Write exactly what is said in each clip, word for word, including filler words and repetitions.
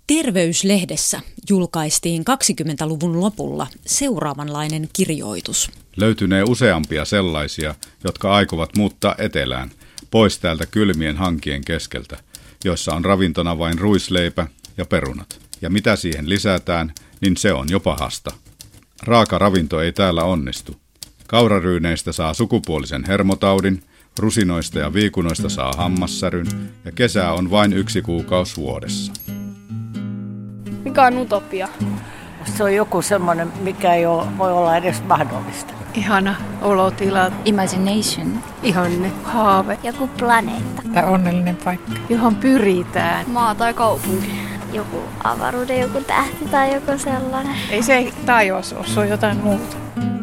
Terveyslehdessä julkaistiin kaksikymmentäluvun lopulla seuraavanlainen kirjoitus. Löytynee useampia sellaisia, jotka aikovat muuttaa etelään, pois täältä kylmien hankien keskeltä, joissa on ravintona vain ruisleipä ja perunat. Ja mitä siihen lisätään, niin se on jo pahasta. Raaka ravinto ei täällä onnistu. Kauraryyneistä saa sukupuolisen hermotaudin, rusinoista ja viikunoista saa hammassäryn ja kesää on vain yksi kuukausi vuodessa. Mikä on utopia? Se on joku semmoinen, mikä ei ole, voi olla edes mahdollista. Ihana olotila. Imagination. Ihanne. Haave. Joku planeetta. Tai onnellinen paikka. Johon pyritään. Maa tai kaupunki. Joku avaruuden, joku tähti tai joku sellainen. Ei se taivas ole, se on jotain muuta.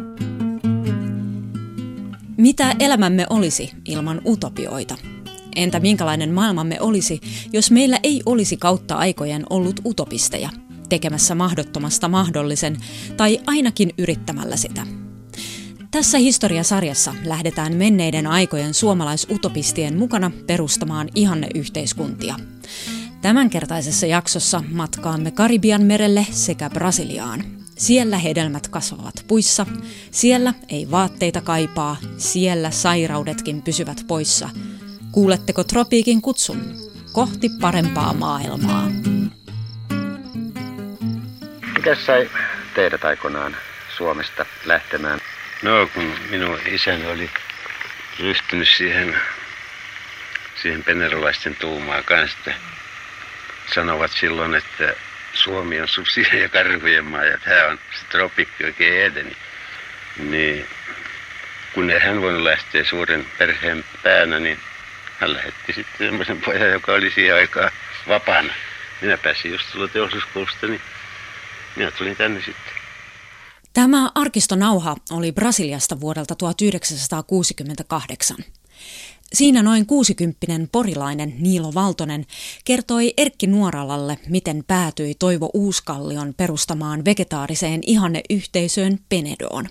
Mitä elämämme olisi ilman utopioita? Entä minkälainen maailmamme olisi, jos meillä ei olisi kautta aikojen ollut utopisteja, tekemässä mahdottomasta mahdollisen tai ainakin yrittämällä sitä? Tässä historiasarjassa lähdetään menneiden aikojen suomalaisutopistien mukana perustamaan ihanneyhteiskuntia. Tämänkertaisessa jaksossa matkaamme Karibian merelle sekä Brasiliaan. Siellä hedelmät kasvavat puissa, siellä ei vaatteita kaipaa, siellä sairaudetkin pysyvät poissa. Kuuletteko tropiikin kutsun kohti parempaa maailmaa? Mikäs sai teidät aikoinaan Suomesta lähtemään? No, kun minun isäni oli ryhtynyt siihen, siihen penerolaisten tuumaan kanssa, sanovat silloin, että Suomi on susien ja karhujen maa ja tämä on se tropikki oikein edeni. Niin kun ei hän voinut lähteä suuren perheen päänä, niin hän lähetti sitten semmoisen pojan, joka oli siihen aikaan vapaana. Minä pääsin just tulla teollisuuskoulusta, niin minä tulin tänne sitten. Tämä arkistonauha oli Brasiliasta vuodelta tuhatyhdeksänsataakuusikymmentäkahdeksan. Siinä noin kuusikymppinen porilainen Niilo Valtonen kertoi Erkki Nuoralalle, miten päätyi Toivo Uuskallion perustamaan vegetaariseen ihanneyhteisöön Penedoon.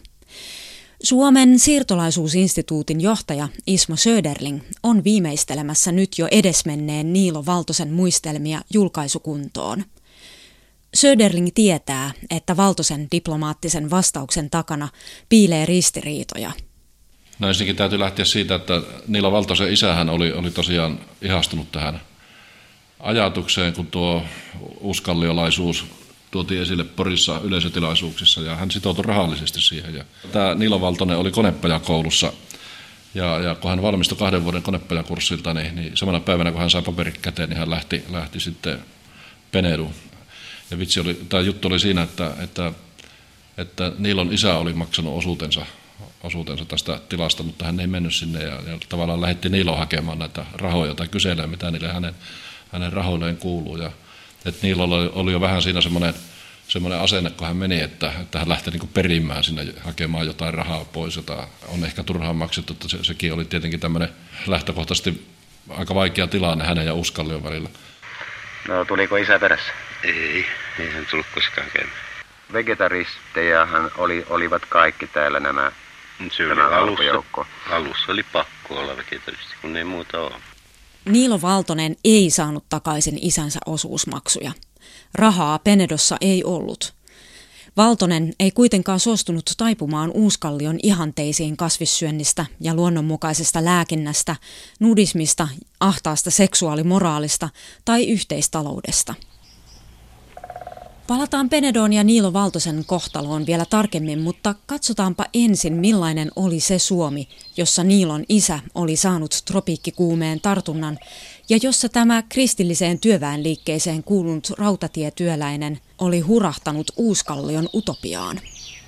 Suomen siirtolaisuusinstituutin johtaja Ismo Söderling on viimeistelemässä nyt jo edesmenneen Niilo Valtosen muistelmia julkaisukuntoon. Söderling tietää, että Valtosen diplomaattisen vastauksen takana piilee ristiriitoja. No ensinnäkin täytyy lähteä siitä, että Niilo Valtosen isähän oli, oli tosiaan ihastunut tähän ajatukseen, kun tuo uuskalliolaisuus tuotiin esille Porissa yleisötilaisuuksissa ja hän sitoutui rahallisesti siihen. Ja tämä Niilo Valtonen oli konepajakoulussa ja, ja kun hän valmistui kahden vuoden konepajakurssilta, niin, niin samana päivänä kun hän sai paperit käteen, niin hän lähti, lähti sitten Peneduun. Ja vitsi oli, tämä juttu oli siinä, että, että, että Niilon isä oli maksanut osuutensa, osuutensa tästä tilasta, mutta hän ei mennyt sinne ja, ja tavallaan lähetti Niilon hakemaan näitä rahoja tai kyselemään, mitä niille hänen, hänen rahoilleen kuuluu. Ja, että Niilolla oli, oli jo vähän siinä semmoinen, semmoinen asenne, kun hän meni, että, että hän lähti niin kuin perimään sinne hakemaan jotain rahaa pois, jota on ehkä turhaan maksettu, että se, sekin oli tietenkin tämmöinen lähtökohtaisesti aika vaikea tilanne hänen ja Uuskallion välillä. No tuliko isä perässä? Ei, ei hän tullut koskaan käymään. Vegetaristejahan oli, olivat kaikki täällä nämä, se tämä alkujoukko. Alussa oli pakko olla vegetaristi, kun ei muuta ole. Niilo Valtonen ei saanut takaisin isänsä osuusmaksuja. Rahaa Penedossa ei ollut. Valtonen ei kuitenkaan suostunut taipumaan Uuskallion ihanteisiin kasvissyönnistä ja luonnonmukaisesta lääkinnästä, nudismista, ahtaasta seksuaalimoraalista tai yhteistaloudesta. Palataan Penedoon ja Niilo Valtosen kohtaloon vielä tarkemmin, mutta katsotaanpa ensin millainen oli se Suomi, jossa Niilon isä oli saanut tropiikkikuumeen tartunnan ja jossa tämä kristilliseen työväenliikkeeseen kuulunut rautatietyöläinen oli hurahtanut Uuskallion utopiaan.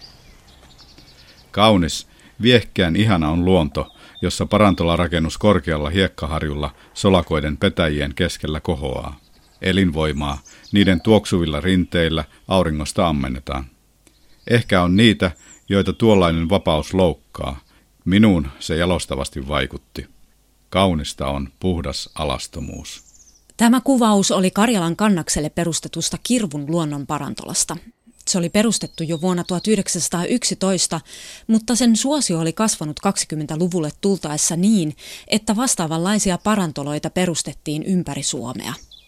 Kaunis, viehkeän ihana on luonto, jossa parantola-rakennus korkealla hiekkaharjulla solakoiden petäjien keskellä kohoaa. Elinvoimaa niiden tuoksuvilla rinteillä auringosta ammennetaan. Ehkä on niitä, joita tuollainen vapaus loukkaa. Minuun se jalostavasti vaikutti. Kaunista on puhdas alastomuus. Tämä kuvaus oli Karjalan Kannakselle perustetusta Kirvun luonnonparantolasta. Se oli perustettu jo vuonna tuhatyhdeksänsataayksitoista, mutta sen suosio oli kasvanut kaksikymmentäluvulle tultaessa niin, että vastaavanlaisia parantoloita perustettiin ympäri Suomea.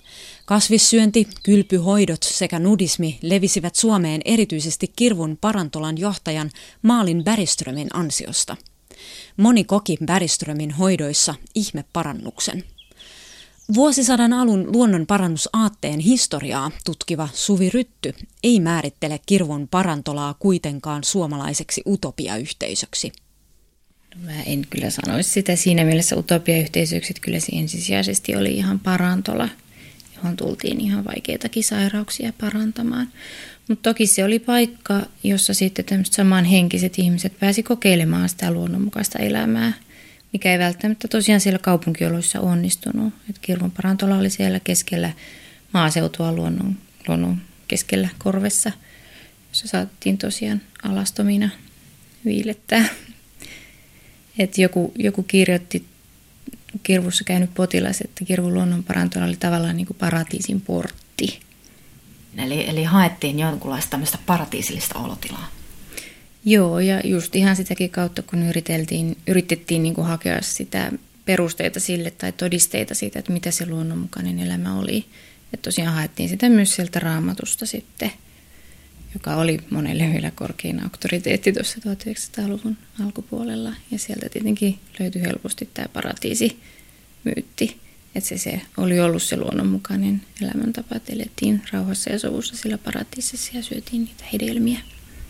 Kasvissyönti, kylpyhoidot sekä nudismi levisivät Suomeen erityisesti Kirvun Parantolan johtajan Malin Bergströmin ansiosta. Moni koki Bergströmin hoidoissa ihmeparannuksen. Vuosisadan alun luonnonparannusaatteen historiaa tutkiva Suvi Rytty ei määrittele Kirvun Parantolaa kuitenkaan suomalaiseksi utopiayhteisöksi. Mä en kyllä sanoisi sitä siinä mielessä utopiayhteisöksi, että kyllä se ensisijaisesti oli ihan parantola, johon tultiin ihan vaikeitakin sairauksia parantamaan. Mutta toki se oli paikka, jossa sitten tämmöiset samanhenkiset ihmiset pääsi kokeilemaan sitä luonnonmukaista elämää, mikä ei välttämättä tosiaan siellä kaupunkioloissa onnistunut. Et Kirvun Parantola oli siellä keskellä maaseutua luonnon, luonnon keskellä korvessa, jossa saatiin tosiaan alastomina viilettää. Et joku, joku kirjoitti Kirvussa käynyt potilas, että Kirvun luonnonparantola oli tavallaan niin kuin paratiisin portti. Eli, eli haettiin jonkunlaista tämmöistä paratiisillista olotilaa. Joo, ja just ihan sitäkin kautta, kun yriteltiin, yritettiin niin kuin hakea sitä perusteita sille tai todisteita siitä, että mitä se luonnonmukainen elämä oli. Että tosiaan haettiin sitä myös sieltä Raamatusta sitten, joka oli monelle vielä korkein auktoriteetti tuossa tuhatyhdeksänsataaluvun alkupuolella. Ja sieltä tietenkin löytyi helposti tämä paratiisimyytti, että se, se oli ollut se luonnonmukainen elämäntapa, että elettiin rauhassa ja sovussa sillä paratiisissa ja syötiin niitä hedelmiä.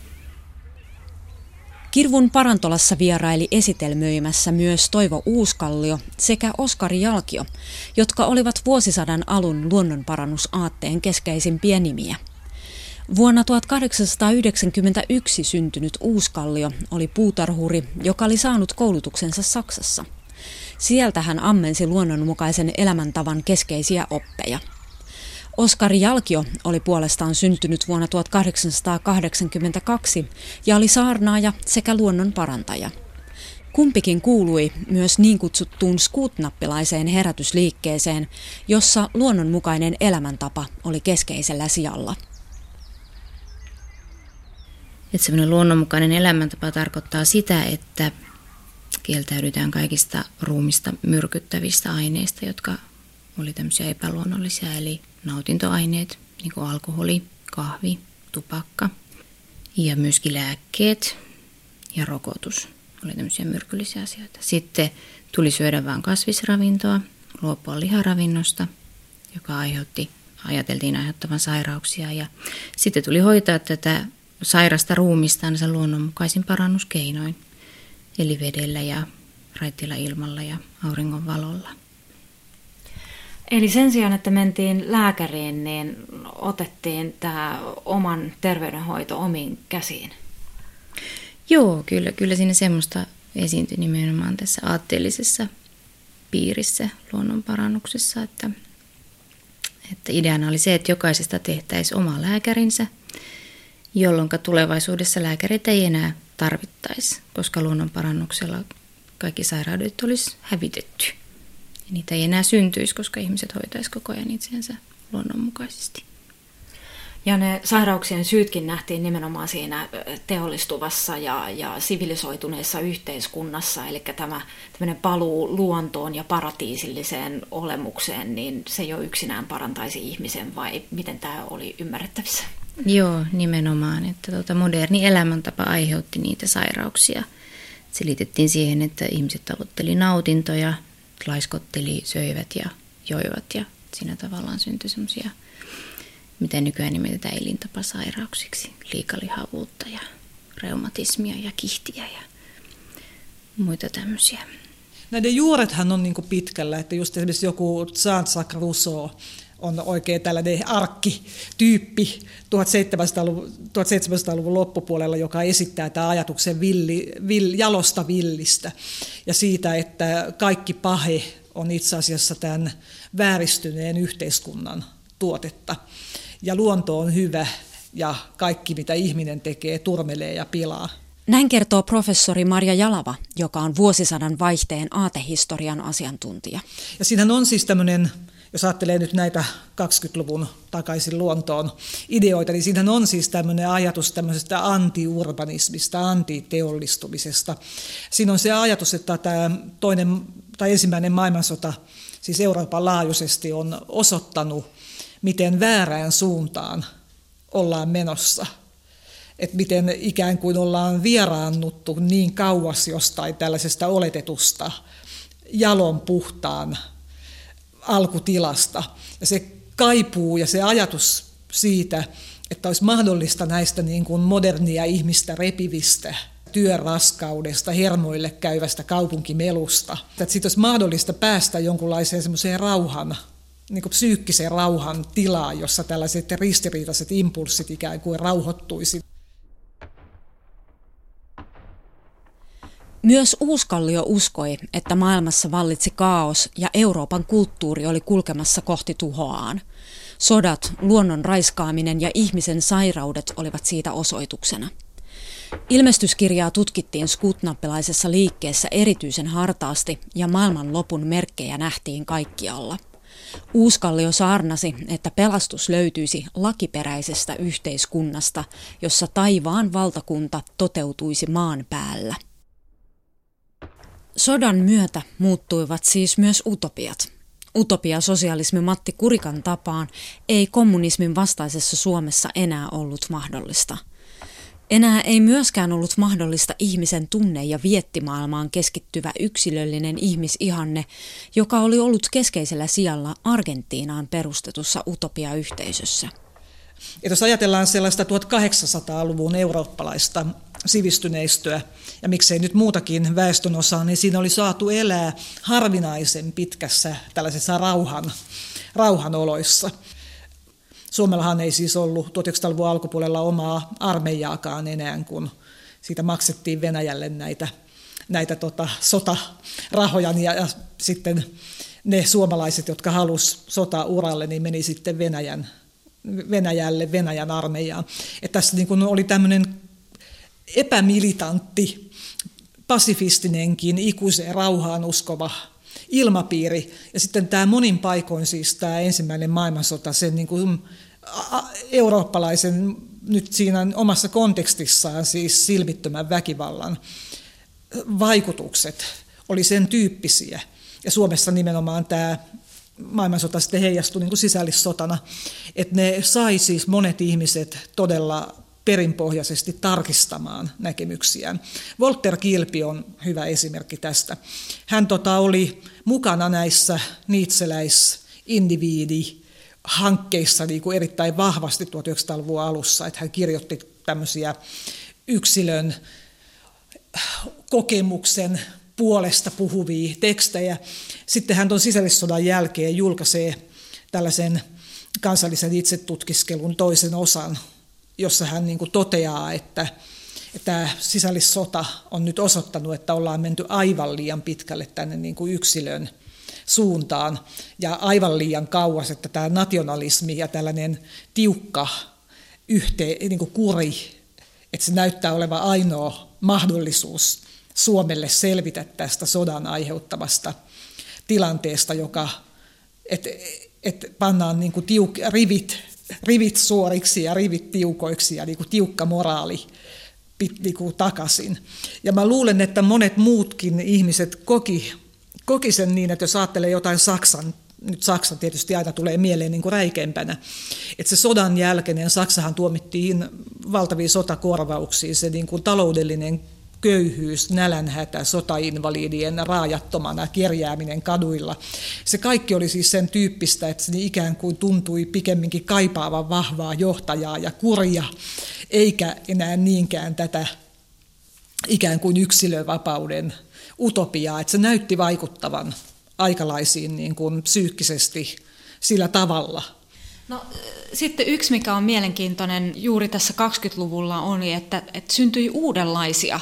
Kirvun Parantolassa vieraili esitelmöimässä myös Toivo Uuskallio sekä Oskari Jalkio, jotka olivat vuosisadan alun luonnonparannusaatteen keskeisimpiä nimiä. Vuonna tuhatkahdeksansataayhdeksänkymmentäyksi syntynyt Uuskallio oli puutarhuri, joka oli saanut koulutuksensa Saksassa. Sieltä hän ammensi luonnonmukaisen elämäntavan keskeisiä oppeja. Oskari Jalkio oli puolestaan syntynyt vuonna tuhatkahdeksansataakahdeksankymmentäkaksi ja oli saarnaaja sekä luonnonparantaja. Kumpikin kuului myös niin kutsuttuun skutnappilaiseen herätysliikkeeseen, jossa luonnonmukainen elämäntapa oli keskeisellä sijalla. Että semmoinen luonnonmukainen elämäntapa tarkoittaa sitä, että kieltäydytään kaikista ruumista myrkyttävistä aineista, jotka oli tämmöisiä epäluonnollisia, eli nautintoaineet, niin kuin alkoholi, kahvi, tupakka ja myöskin lääkkeet ja rokotus oli tämmöisiä myrkyllisiä asioita. Sitten tuli syödä vain kasvisravintoa, luopua liharavinnosta, joka aiheutti, ajateltiin aiheuttavan sairauksia, ja sitten tuli hoitaa tätä sairasta ruumistaan sen luonnonmukaisin parannuskeinoin, eli vedellä ja raitilla ilmalla ja auringon valolla. Eli sen sijaan, että mentiin lääkäriin, niin otettiin tämä oman terveydenhoito omiin käsiin? Joo, kyllä, kyllä siinä semmoista esiintyi nimenomaan tässä aatteellisessa piirissä luonnonparannuksessa, että, että ideana oli se, että jokaisesta tehtäisiin oma lääkärinsä, jolloin tulevaisuudessa lääkäreitä ei enää tarvittaisi, koska luonnonparannuksella kaikki sairaudet olisi hävitetty. Ja niitä ei enää syntyisi, koska ihmiset hoitaisivat koko ajan itseensä luonnonmukaisesti. Ja ne sairauksien syytkin nähtiin nimenomaan siinä teollistuvassa ja, ja sivilisoituneessa yhteiskunnassa, eli tämä tämmöinen paluu luontoon ja paratiisilliseen olemukseen, niin se jo yksinään parantaisi ihmisen, vai miten tämä oli ymmärrettävissä? Joo, nimenomaan, että tuota moderni elämäntapa aiheutti niitä sairauksia. Se liitettiin siihen, että ihmiset tavoitteli nautintoja, laiskotteli, söivät ja joivat, ja siinä tavallaan syntyi semmoisia, mitä nykyään nimetetään elintapasairauksiksi, liikalihavuutta ja reumatismia ja kihtiä ja muita tämmöisiä. Näiden juurethan on niin kuin pitkällä, että just esimerkiksi joku Jean-Jacques Rousseau on oikein tällainen arkkityyppi tuhatseitsemänsataaluvun loppupuolella, joka esittää tämän ajatuksen villi, vill, jalosta villistä ja siitä, että kaikki pahe on itse asiassa tämän vääristyneen yhteiskunnan tuotetta. Ja luonto on hyvä ja kaikki, mitä ihminen tekee, turmelee ja pilaa. Näin kertoo professori Marja Jalava, joka on vuosisadan vaihteen aatehistorian asiantuntija. Ja siinähän on siis tämmöinen, jos ajattelee nyt näitä kaksikymmentäluvun takaisin luontoon ideoita, niin siinähän on siis tämmöinen ajatus tämmöisestä anti-urbanismista, antiteollistumisesta. Siinä on se ajatus, että tämä toinen tai ensimmäinen maailmansota, siis Euroopan laajuisesti, on osoittanut, miten väärään suuntaan ollaan menossa. Että miten ikään kuin ollaan vieraannuttu niin kauas jostain tällaisesta oletetusta jalon puhtaan alkutilasta. Ja se kaipuu ja se ajatus siitä, että olisi mahdollista näistä niin kuin modernia ihmistä repivistä työraskaudesta, hermoille käyvästä kaupunkimelusta. Että siitä olisi mahdollista päästä jonkunlaiseen semmoiseen rauhan, niin kuin psyykkisen rauhan tilaan, jossa tällaiset ristiriitaiset impulssit ikään kuin rauhoittuisi. Myös Uuskallio uskoi, että maailmassa vallitsi kaos ja Euroopan kulttuuri oli kulkemassa kohti tuhoaan. Sodat, luonnon raiskaaminen ja ihmisen sairaudet olivat siitä osoituksena. Ilmestyskirjaa tutkittiin skutnappilaisessa liikkeessä erityisen hartaasti ja maailman lopun merkkejä nähtiin kaikkialla. Uuskallio saarnasi, että pelastus löytyisi lakiperäisestä yhteiskunnasta, jossa taivaan valtakunta toteutuisi maan päällä. Sodan myötä muuttuivat siis myös utopiat. Utopia-sosialismi Matti Kurikan tapaan ei kommunismin vastaisessa Suomessa enää ollut mahdollista. Enää ei myöskään ollut mahdollista ihmisen tunne- ja viettimaailmaan keskittyvä yksilöllinen ihmisihanne, joka oli ollut keskeisellä sijalla Argentiinaan perustetussa utopia-yhteisössä. Ja jos ajatellaan sellaista tuhatkahdeksansataaluvun eurooppalaista sivistyneistöä, ja miksei nyt muutakin väestönosaa, niin siinä oli saatu elää harvinaisen pitkässä tällaisessa rauhan, rauhanoloissa. Suomellahan ei siis ollut tuhatyhdeksänsataaluvun alkupuolella omaa armeijaakaan enää, kun siitä maksettiin Venäjälle näitä, näitä tota, sotarahoja, ja, ja sitten ne suomalaiset, jotka halusivat sota-uralle, niin meni sitten Venäjän, Venäjälle, Venäjän armeijaan. Että tässä niin kuin oli tämmöinen epämilitantti, pasifistinenkin, ikuiseen rauhaan uskova ilmapiiri. Ja sitten tämä monin paikoin siis tämä ensimmäinen maailmansota, sen niin kuin eurooppalaisen nyt siinä omassa kontekstissaan siis silmittömän väkivallan vaikutukset oli sen tyyppisiä. Ja Suomessa nimenomaan tämä maailmansota sitten heijastui niin kuin sisällissotana, että ne sai siis monet ihmiset todella perinpohjaisesti tarkistamaan näkemyksiään. Walter Kilpi on hyvä esimerkki tästä. Hän tota, oli mukana näissä niitseläis-indiviidi-hankkeissa niin kuin erittäin vahvasti tuhatyhdeksänsataaluvun alussa, että hän kirjoitti tämmöisiä yksilön kokemuksen puolesta puhuvia tekstejä. Sitten hän tuon sisällissodan jälkeen julkaisee tällaisen kansallisen itsetutkiskelun toisen osan, jossa hän niin kuin toteaa, että, että tämä sisällissota on nyt osoittanut, että ollaan menty aivan liian pitkälle tänne niin kuin yksilön suuntaan ja aivan liian kauas, että tämä nationalismi ja tällainen tiukka yhteen, niin kuin kuri, että se näyttää olevan ainoa mahdollisuus Suomelle selvitä tästä sodan aiheuttamasta tilanteesta, joka, että, että pannaan niin kuin tiuk, rivit, rivit suoriksi ja rivit tiukoiksi ja niin kuin tiukka moraali niin kuin takaisin. Ja mä luulen, että monet muutkin ihmiset koki, koki sen niin, että jos ajattelee jotain Saksan, nyt Saksa tietysti aina tulee mieleen niin kuin räikeimpänä, että se sodan jälkeinen Saksahan tuomittiin valtaviin sotakorvauksiin, se niin kuin taloudellinen köyhyys, nälänhätä, sotainvalidien raajattomana kerjääminen kaduilla. Se kaikki oli siis sen tyyppistä, että se ikään kuin tuntui pikemminkin kaipaavan vahvaa johtajaa ja kuria, eikä enää niinkään tätä ikään kuin yksilövapauden utopiaa, että se näytti vaikuttavan aikalaisiin niin kuin psyykkisesti sillä tavalla. No, sitten yksi, mikä on mielenkiintoinen juuri tässä kaksikymmentäluvulla oli, että, että syntyi uudenlaisia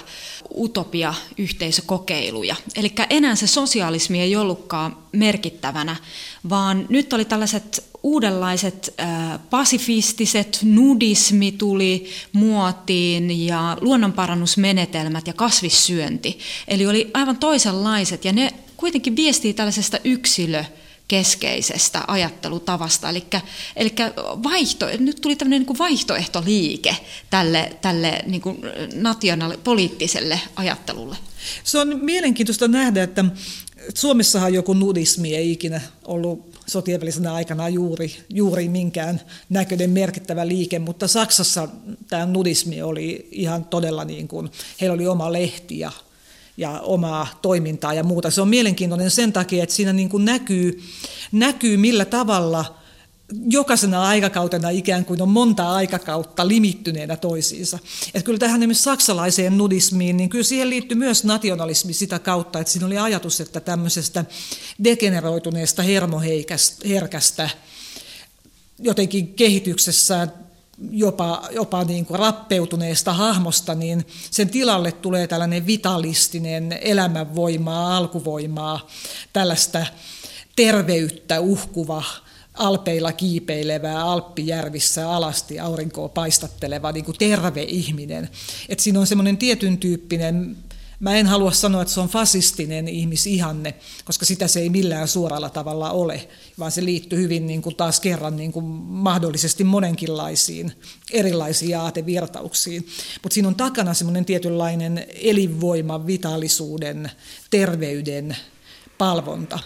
utopia-yhteisökokeiluja. Eli enää se sosialismi ei ollutkaan merkittävänä, vaan nyt oli tällaiset uudenlaiset äh, pasifistiset, nudismi tuli muotiin ja luonnonparannusmenetelmät ja kasvissyönti. Eli oli aivan toisenlaiset ja ne kuitenkin viestii tällaisesta yksilö keskeisestä ajattelutavasta, eli, eli vaihto, nyt tuli tämmöinen niin kuin vaihtoehtoliike tälle, tälle niin kuin nationaali- poliittiselle ajattelulle. Se on mielenkiintoista nähdä, että Suomessahan joku nudismi ei ikinä ollut sotien välisenä aikana juuri, juuri minkään näköinen merkittävä liike, mutta Saksassa tämä nudismi oli ihan todella niin kuin, heillä oli oma lehti ja, ja omaa toimintaa ja muuta. Se on mielenkiintoinen sen takia, että siinä niin kuin näkyy, näkyy millä tavalla jokaisena aikakautena ikään kuin on monta aikakautta limittyneenä toisiinsa. Että kyllä tähän esimerkiksi saksalaiseen nudismiin, niin kyllä siihen liittyy myös nationalismi sitä kautta, että siinä oli ajatus, että tämmöisestä degeneroituneesta hermoherkästä jotenkin kehityksessään jopa, jopa niin kuin rappeutuneesta hahmosta, niin sen tilalle tulee tällainen vitalistinen elämänvoimaa, alkuvoimaa, tällaista terveyttä uhkuva, alpeilla kiipeilevä, Alppijärvissä alasti aurinkoa paistatteleva niin kuin terve ihminen. Et siinä on semmoinen tietyn tyyppinen, mä en halua sanoa, että se on fasistinen ihmisihanne, koska sitä se ei millään suoralla tavalla ole, vaan se liittyy hyvin niin kuin taas kerran niin kuin mahdollisesti monenkinlaisiin erilaisiin aatevirtauksiin. Mutta siinä on takana semmoinen tietynlainen elinvoiman, vitaalisuuden, terveyden palvonta.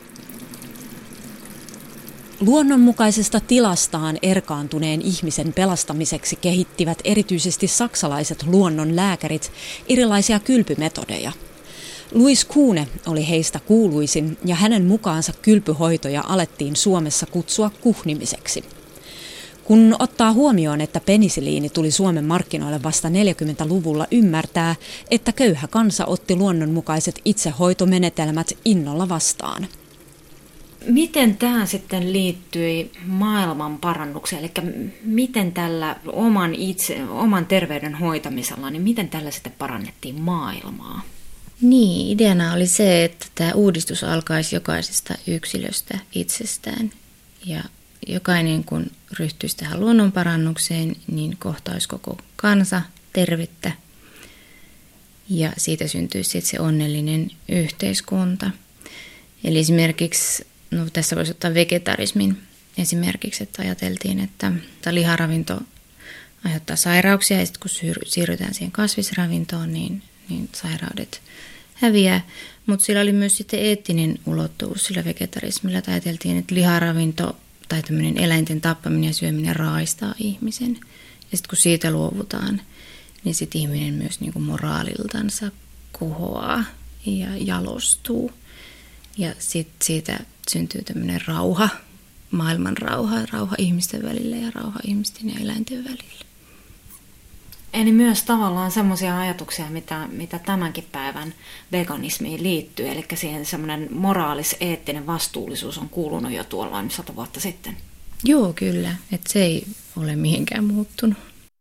Luonnonmukaisesta tilastaan erkaantuneen ihmisen pelastamiseksi kehittivät erityisesti saksalaiset luonnonlääkärit erilaisia kylpymetodeja. Louis Kuhne oli heistä kuuluisin ja hänen mukaansa kylpyhoitoja alettiin Suomessa kutsua kuhnimiseksi. Kun ottaa huomioon, että penisiliini tuli Suomen markkinoille vasta neljäkymmentäluvulla, ymmärtää, että köyhä kansa otti luonnonmukaiset itsehoitomenetelmät innolla vastaan. Miten tämä sitten liittyi maailman parannukseen, eli miten tällä oman, itse, oman terveyden hoitamisella, niin miten tällä sitten parannettiin maailmaa? Niin, ideana oli se, että tämä uudistus alkaisi jokaisesta yksilöstä itsestään ja jokainen kun ryhtyisi tähän luonnonparannukseen, niin kohtaisi koko kansa tervettä ja siitä syntyisi sitten se onnellinen yhteiskunta. Eli esimerkiksi no, tässä voisi ottaa vegetarismin esimerkiksi, että ajateltiin, että liharavinto aiheuttaa sairauksia ja sitten kun siirrytään siihen kasvisravintoon, niin, niin sairaudet häviää. Mutta sillä oli myös sitten eettinen ulottuvuus sillä vegetarismilla, että ajateltiin, että liharavinto tai tämmöinen eläinten tappaminen ja syöminen raaistaa ihmisen. Ja sitten kun siitä luovutaan, niin sitten ihminen myös niinku moraaliltansa kohoaa ja jalostuu. Ja sitten siitä syntyy tämmöinen rauha, maailman rauha, rauha ihmisten välillä ja rauha ihmisten ja eläinten välillä. Eli myös tavallaan semmoisia ajatuksia, mitä, mitä tämänkin päivän veganismiin liittyy, eli siihen semmoinen moraalis-eettinen vastuullisuus on kuulunut jo tuolla sata vuotta sitten. Joo, kyllä. Että se ei ole mihinkään muuttunut.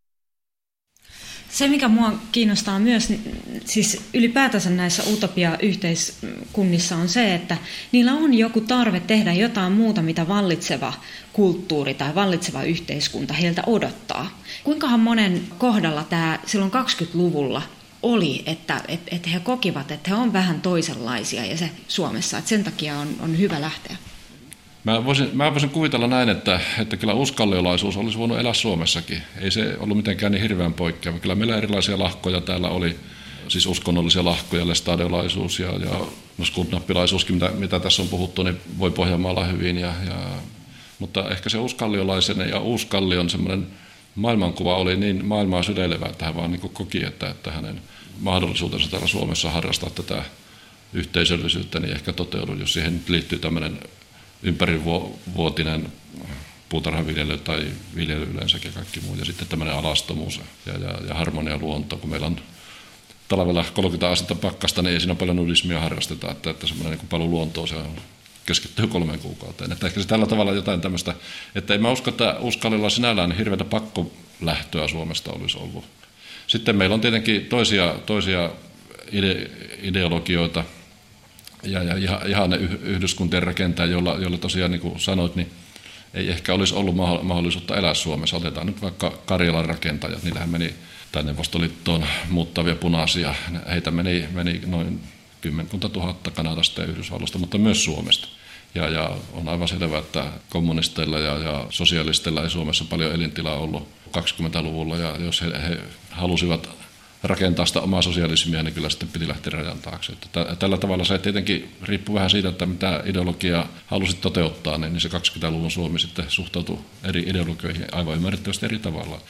Se, mikä mua kiinnostaa myös siis ylipäätänsä näissä utopia-yhteiskunnissa on se, että niillä on joku tarve tehdä jotain muuta, mitä vallitseva kulttuuri tai vallitseva yhteiskunta heiltä odottaa. Kuinkahan monen kohdalla tämä silloin kaksikymmentäluvulla oli, että, että he kokivat, että he on vähän toisenlaisia ja se Suomessa, että sen takia on, on hyvä lähteä. Mä voisin, mä voisin kuvitella näin, että, että kyllä uskalliolaisuus olisi voinut elää Suomessakin. Ei se ollut mitenkään niin hirveän poikkeava. Kyllä meillä erilaisia lahkoja täällä oli, siis uskonnollisia lahkoja, lestadiolaisuus ja, ja no skundnappilaisuuskin, mitä, mitä tässä on puhuttu, niin voi Pohjanmaalla hyvin. Ja, ja, mutta ehkä se uskalliolaisen ja uskallion semmoinen maailmankuva oli niin maailmaa syleilevä, että hän vaan niin kuin koki, että, että hänen mahdollisuutensa täällä Suomessa harrastaa tätä yhteisöllisyyttä, niin ehkä toteudu, jos siihen nyt liittyy tämmöinen ympärivuotinen puutarhaviljely tai viljely yleensäkin ja kaikki muu. Ja sitten tämmöinen alastomuus ja, ja, ja harmonia luonto. Kun meillä on talvella kolmekymmentä astetta pakkasta, niin ei siinä paljon nudismia harrasteta. Että, että semmoinen niin paluu luontoon, se keskittyy kolmeen kuukauteen. Että ehkä se tällä tavalla jotain tämmöistä, että en mä usko, että uskallilla sinällään niin hirveätä pakkolähtöä Suomesta olisi ollut. Sitten meillä on tietenkin toisia, toisia ide, ideologioita, ja, ja ihan ne yhdyskuntien rakentaa, jolla, jolla tosiaan niin kuin sanoit, niin ei ehkä olisi ollut mahdollisuutta elää Suomessa. Otetaan nyt vaikka Karjalan rakentajat, niillähän meni tai Neuvostoliittoon muuttavia punaisia. Heitä meni, meni noin kymmenkunta tuhatta Kanadasta ja Yhdysvalloista, mutta myös Suomesta. Ja, ja on aivan selvää, että kommunisteilla ja, ja sosialisteilla ei Suomessa paljon elintilaa ollut kaksikymmentäluvulla, ja jos he, he halusivat rakentaa sitä omaa sosialismia, niin kyllä sitten piti lähteä rajan taakse. Että tällä tavalla se tietenkin riippuu vähän siitä, että mitä ideologiaa halusit toteuttaa, niin se kaksikymmentäluvun Suomi sitten suhtautui eri ideologioihin aivan ymmärrettävästi eri tavalla.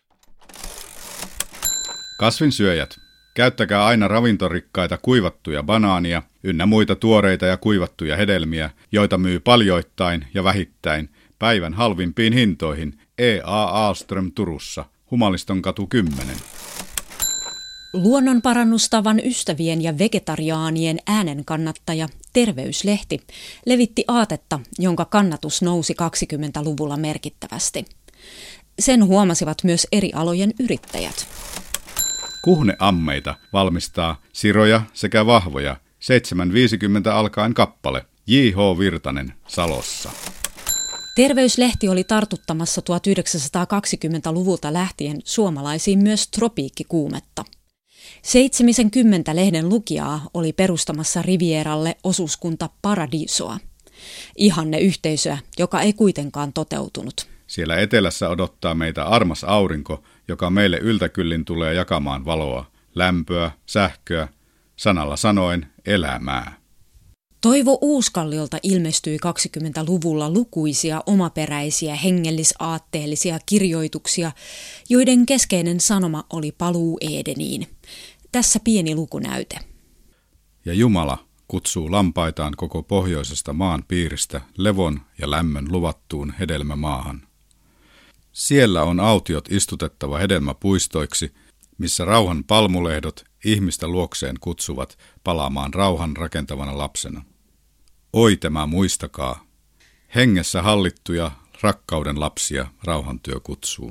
Kasvinsyöjät, käyttäkää aina ravintorikkaita kuivattuja banaania ynnä muita tuoreita ja kuivattuja hedelmiä, joita myy paljoittain ja vähittäin päivän halvimpiin hintoihin E A Ahlström Turussa, Humaliston katu kymmenen. Luonnonparannustavan ystävien ja vegetariaanien äänen kannattaja Terveyslehti levitti aatetta, jonka kannatus nousi kaksikymmentäluvulla merkittävästi. Sen huomasivat myös eri alojen yrittäjät. Kuhne-ammeita valmistaa siroja sekä vahvoja seitsemän viisikymmentä alkaen kappale. J H Virtanen Salossa. Terveyslehti oli tartuttamassa tuhatyhdeksänsataakaksikymmentäluvulta lähtien suomalaisiin myös tropiikkikuumetta. Seitsemisenkymmentä lehden lukijaa oli perustamassa Rivieralle osuuskunta Paradisoa. Ihanne yhteisöä, joka ei kuitenkaan toteutunut. Siellä etelässä odottaa meitä armas aurinko, joka meille yltäkyllin tulee jakamaan valoa, lämpöä, sähköä, sanalla sanoen elämää. Toivo Uuskalliolta ilmestyi kaksikymmentäluvulla lukuisia omaperäisiä hengellisaatteellisia kirjoituksia, joiden keskeinen sanoma oli paluu Edeniin. Tässä pieni lukunäyte. Ja Jumala kutsuu lampaitaan koko pohjoisesta maan piiristä levon ja lämmön luvattuun hedelmämaahan. Siellä on autiot istutettava hedelmäpuistoiksi, missä rauhan palmulehdot ihmistä luokseen kutsuvat palaamaan rauhan rakentavana lapsena. Oi tämä muistakaa, hengessä hallittuja rakkauden lapsia rauhantyö kutsuu.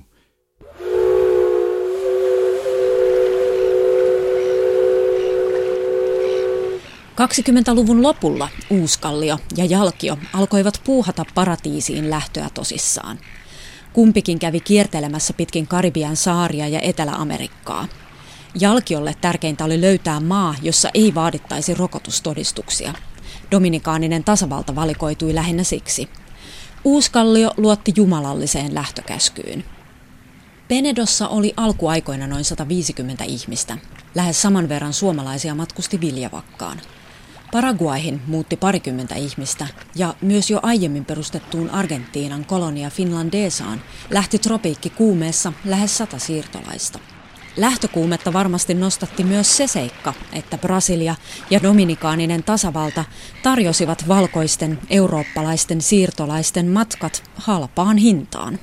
kaksikymmentäluvun lopulla Uuskallio ja Jalkio alkoivat puuhata paratiisiin lähtöä tosissaan. Kumpikin kävi kiertelemässä pitkin Karibian saaria ja Etelä-Amerikkaa. Jalkiolle tärkeintä oli löytää maa, jossa ei vaadittaisi rokotustodistuksia. Dominikaaninen tasavalta valikoitui lähinnä siksi. Uuskallio luotti jumalalliseen lähtökäskyyn. Penedossa oli alkuaikoina noin sata viisikymmentä ihmistä. Lähes saman verran suomalaisia matkusti Viljavakkaan. Paraguayhin muutti parikymmentä ihmistä ja myös jo aiemmin perustettuun Argentiinan kolonia Finlandesaan lähti tropiikkikuumeessa lähes sata siirtolaista. Lähtökuumetta varmasti nostatti myös se seikka, että Brasilia ja Dominikaaninen tasavalta tarjosivat valkoisten eurooppalaisten siirtolaisten matkat halpaan hintaan.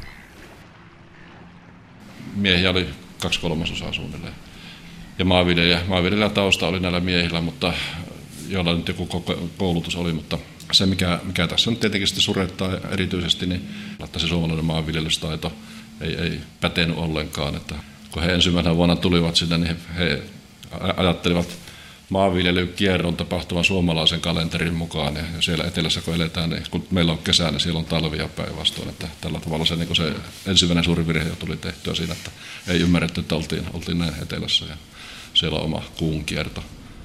Miehiä oli kaksi kolmasosaa suunnilleen. Ja maanviljelijä, maanviljelijätausta oli näillä miehillä, mutta joilla nyt joku koulutus oli, mutta se mikä, mikä tässä nyt tietenkin sitten surettaa erityisesti, niin että se suomalainen maanviljelystaito ei, ei pätenyt ollenkaan. Että kun he ensimmäisenä vuonna tulivat sinne, niin he, he ajattelivat maanviljelykierron tapahtuvan suomalaisen kalenterin mukaan. Ja siellä etelässä kun eletään, niin kun meillä on kesä, niin siellä on talvia päinvastoin. Että tällä tavalla se, niin se ensimmäinen suuri virhe jo tuli tehtyä siinä, että ei ymmärretty, että oltiin, oltiin näin etelässä ja siellä on oma kuun kierto.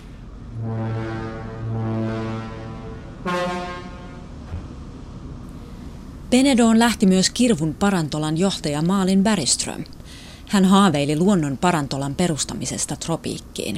Penedoon lähti myös Kirvun parantolan johtaja Malin Bergström. Hän haaveili luonnon parantolan perustamisesta tropiikkiin.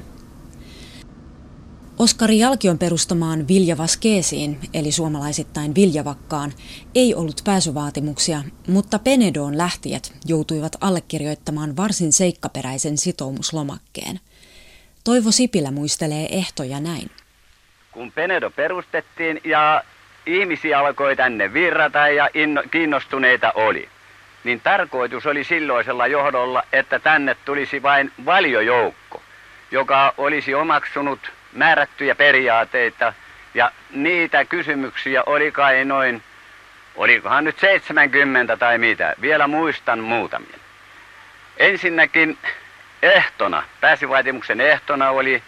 Oskari Jalkion perustamaan Viljavaskeesiin, eli suomalaisittain Viljavakkaan, ei ollut pääsyvaatimuksia, mutta Penedoon lähtijät joutuivat allekirjoittamaan varsin seikkaperäisen sitoumuslomakkeen. Toivo Sipilä muistelee ehtoja näin. Kun Penedo perustettiin ja ihmisiä alkoi tänne virrata ja inno, kiinnostuneita oli, niin tarkoitus oli silloisella johdolla, että tänne tulisi vain valiojoukko, joka olisi omaksunut määrättyjä periaatteita ja niitä kysymyksiä oli kai noin, olikohan nyt seitsemänkymmentä tai mitä, vielä muistan muutamia. Ensinnäkin ehtona, pääsyvaatimuksen ehtona oli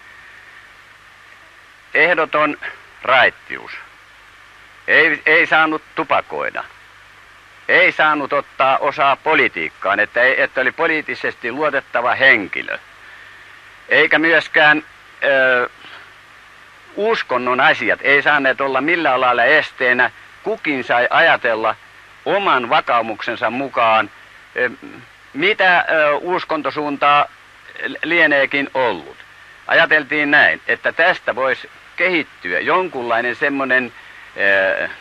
ehdoton raittius. Ei, ei saanut tupakoida. Ei saanut ottaa osaa politiikkaan, että, että oli poliittisesti luotettava henkilö. Eikä myöskään ö, uskonnon asiat ei saaneet olla millään lailla esteenä. Kukin sai ajatella oman vakaumuksensa mukaan, ö, mitä ö, uskontosuuntaa lieneekin ollut. Ajateltiin näin, että tästä voisi kehittyä jonkunlainen semmoinen äh,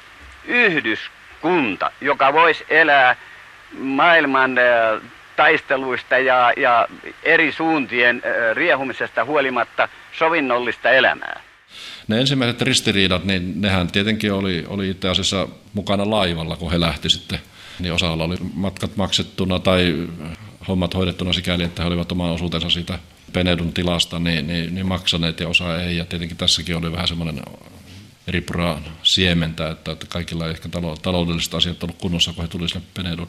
yhdyskunta, joka voisi elää maailman äh, taisteluista ja, ja eri suuntien äh, riehumisesta huolimatta sovinnollista elämää. Ne ensimmäiset ristiriidat, niin nehän tietenkin oli, oli itse asiassa mukana laivalla, kun he lähti sitten. Niin osalla oli matkat maksettuna tai hommat hoidettuna sikäli, että he olivat oman osuutensa siitä Penedun tilasta niin, niin, niin maksaneet ja osa ei. Ja tietenkin tässäkin oli vähän semmoinen eri puraa siementä, että, että kaikilla ei ehkä taloudelliset asiat ollut kunnossa, kun he tuli sinne Penedun.